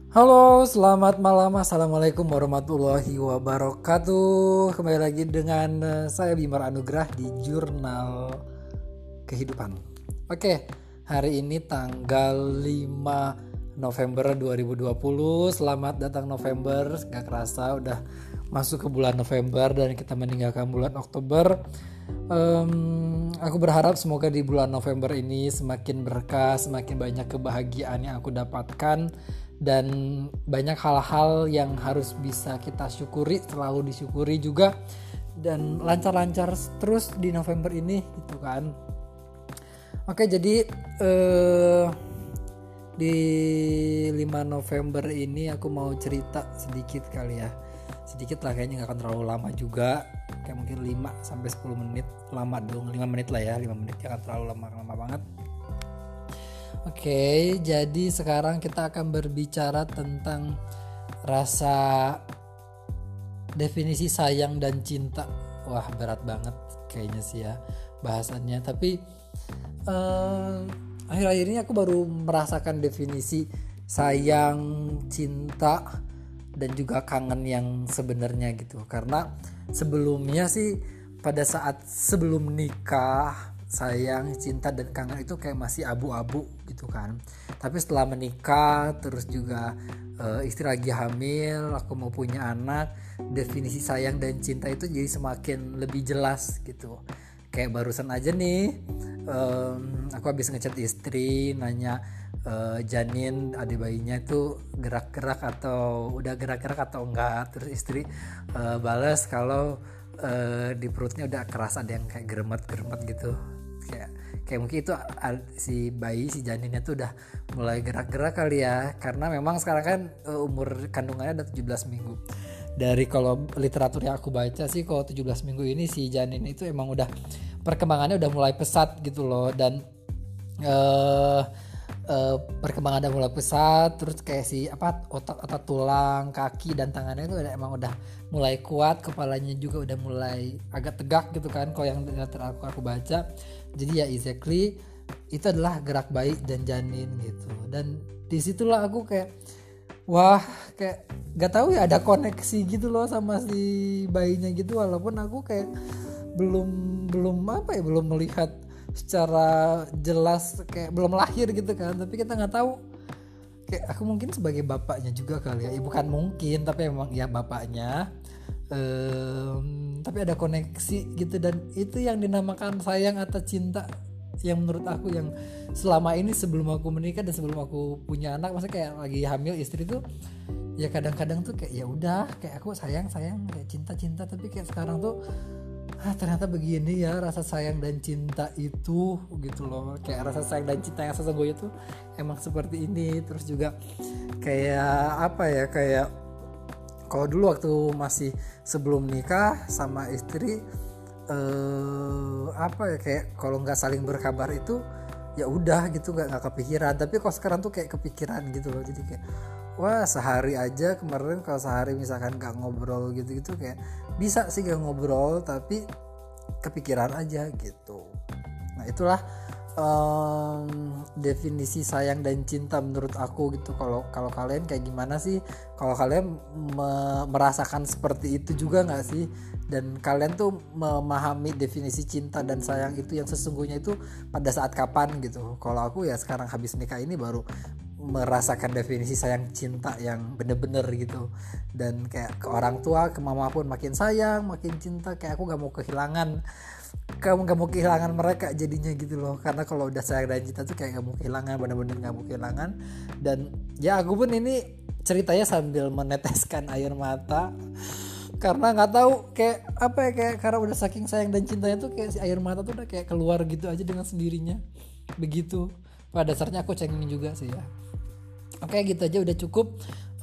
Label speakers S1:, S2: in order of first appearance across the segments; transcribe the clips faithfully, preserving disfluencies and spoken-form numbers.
S1: Halo, selamat malam. Assalamualaikum warahmatullahi wabarakatuh. Kembali lagi dengan eh, saya Bimar Anugrah di Jurnal Kehidupan. Oke, hari ini tanggal lima November dua ribu dua puluh. Selamat datang November. Gak kerasa udah masuk ke bulan November dan kita meninggalkan bulan Oktober. Um, aku berharap semoga di bulan November ini semakin berkah, semakin banyak kebahagiaan yang aku dapatkan, dan banyak hal-hal yang harus bisa kita syukuri, selalu disyukuri juga, dan lancar-lancar terus di November ini gitu kan. Oke, jadi eh, di lima November ini aku mau cerita sedikit kali ya. Sedikit lah, kayaknya gak akan terlalu lama juga. Kayak mungkin lima sampai sepuluh menit. Lama dong, lima menit lah ya. lima menit jangan terlalu lama-lama banget. Oke, jadi sekarang kita akan berbicara tentang rasa definisi sayang dan cinta. Wah, berat banget kayaknya sih ya bahasannya. Tapi eh, akhir-akhir ini aku baru merasakan definisi sayang, cinta, dan juga kangen yang sebenarnya gitu. Karena sebelumnya sih pada saat sebelum nikah, sayang, cinta, dan kangen itu kayak masih abu-abu gitu kan. Tapi setelah menikah, terus juga e, istri lagi hamil, aku mau punya anak, definisi sayang dan cinta itu jadi semakin lebih jelas gitu. Kayak barusan aja nih, um, aku habis ngechat istri, nanya uh, janin adik bayinya itu gerak-gerak atau udah gerak-gerak atau enggak. Terus istri uh, balas kalau uh, di perutnya udah keras, ada yang kayak geremet-geremet gitu. Kayak kayak mungkin itu si bayi, si janinnya tuh udah mulai gerak-gerak kali ya. Karena memang sekarang kan uh, umur kandungannya udah tujuh belas minggu. Dari kalau literatur yang aku baca sih, kalau tujuh belas minggu ini si janin itu emang udah perkembangannya udah mulai pesat gitu loh. Dan uh, uh, perkembangan udah mulai pesat. Terus kayak si apa otot atau tulang kaki dan tangannya itu udah, emang udah mulai kuat. Kepalanya juga udah mulai agak tegak gitu kan, kalau yang literatur aku, aku baca. Jadi ya exactly itu adalah gerak bayi dan janin gitu. Dan disitulah aku kayak wah, kayak gak tahu ya, ada koneksi gitu loh sama si bayinya gitu. Walaupun aku kayak belum belum apa ya belum melihat secara jelas, kayak belum lahir gitu kan. Tapi kita nggak tahu, kayak aku mungkin sebagai bapaknya juga kali ya, ya bukan mungkin tapi emang ya bapaknya. Ehm, tapi ada koneksi gitu, dan itu yang dinamakan sayang atau cinta. Yang menurut aku yang selama ini sebelum aku menikah dan sebelum aku punya anak, maksudnya kayak lagi hamil istri tuh ya kadang-kadang tuh kayak ya udah kayak aku sayang sayang kayak cinta cinta. Tapi kayak sekarang tuh ah ternyata begini ya rasa sayang dan cinta itu gitu loh. Kayak rasa sayang dan cinta yang sesungguhnya tuh emang seperti ini. Terus juga kayak apa ya, kayak kalau dulu waktu masih sebelum nikah sama istri, eh, apa ya, kayak kalau nggak saling berkabar itu ya udah gitu, nggak nggak kepikiran. Tapi kalau sekarang tuh kayak kepikiran gitu loh. Jadi kayak wah, sehari aja kemarin kalau sehari misalkan nggak ngobrol gitu-gitu, kayak bisa sih nggak ngobrol tapi kepikiran aja gitu. Nah itulah um, definisi sayang dan cinta menurut aku gitu. Kalau kalau kalian kayak gimana sih? Kalau kalian me- merasakan seperti itu juga nggak sih? Dan kalian tuh memahami definisi cinta dan sayang itu yang sesungguhnya itu pada saat kapan gitu? Kalau aku ya sekarang habis nikah ini baru merasakan definisi sayang cinta yang bener-bener gitu. Dan kayak ke orang tua, ke mama pun makin sayang, makin cinta. Kayak aku gak mau kehilangan, kamu gak mau kehilangan mereka jadinya gitu loh. Karena kalau udah sayang dan cinta tuh kayak gak mau kehilangan, bener-bener gak mau kehilangan. Dan ya aku pun ini ceritanya sambil meneteskan air mata, karena nggak tahu kayak apa ya, kayak karena udah saking sayang dan cintanya tuh kayak si air mata tuh udah kayak keluar gitu aja dengan sendirinya begitu. Pada dasarnya aku cengeng juga sih ya. Oke, gitu aja udah cukup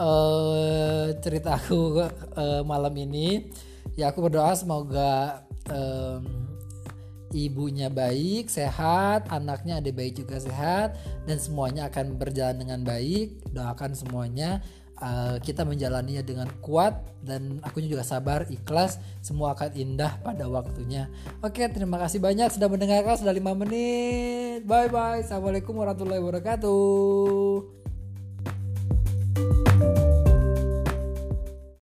S1: uh, cerita aku uh, malam ini. Ya aku berdoa semoga um, ibunya baik, sehat, anaknya adik bayi juga sehat, dan semuanya akan berjalan dengan baik. Doakan semuanya uh, kita menjalaninya dengan kuat, dan aku juga sabar, ikhlas, semua akan indah pada waktunya. Oke, terima kasih banyak sudah mendengarkan, sudah lima menit. Bye bye. Assalamualaikum warahmatullahi wabarakatuh.